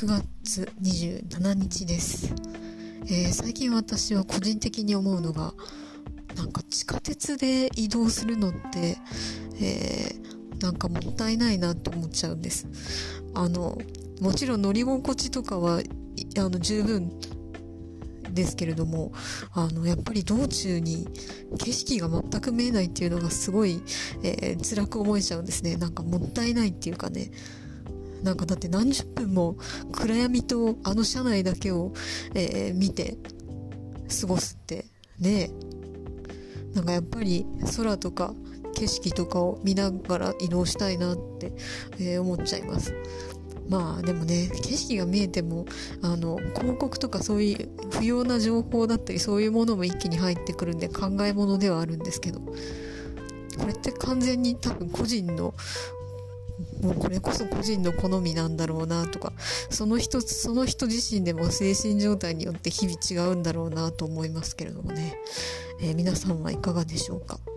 9月27日です。最近私は個人的に思うのが、なんか地下鉄で移動するのって、なんかもったいないなと思っちゃうんです。もちろん乗り心地とかは十分ですけれども、やっぱり道中に景色が全く見えないっていうのがすごい、辛く思えちゃうんですね。なんかもったいないっていうかね、なんかだって何十分も暗闇と車内だけを、見て過ごすってね、なんかやっぱり空とか景色とかを見ながら移動したいなって、思っちゃいます。まあでもね、景色が見えても広告とかそういう不要な情報だったりそういうものも一気に入ってくるんで考え物ではあるんですけど、これって完全に多分個人のもうこれこそ個人の好みなんだろうなとか、その人自身でも精神状態によって日々違うんだろうなと思いますけれどもね、皆さんはいかがでしょうか。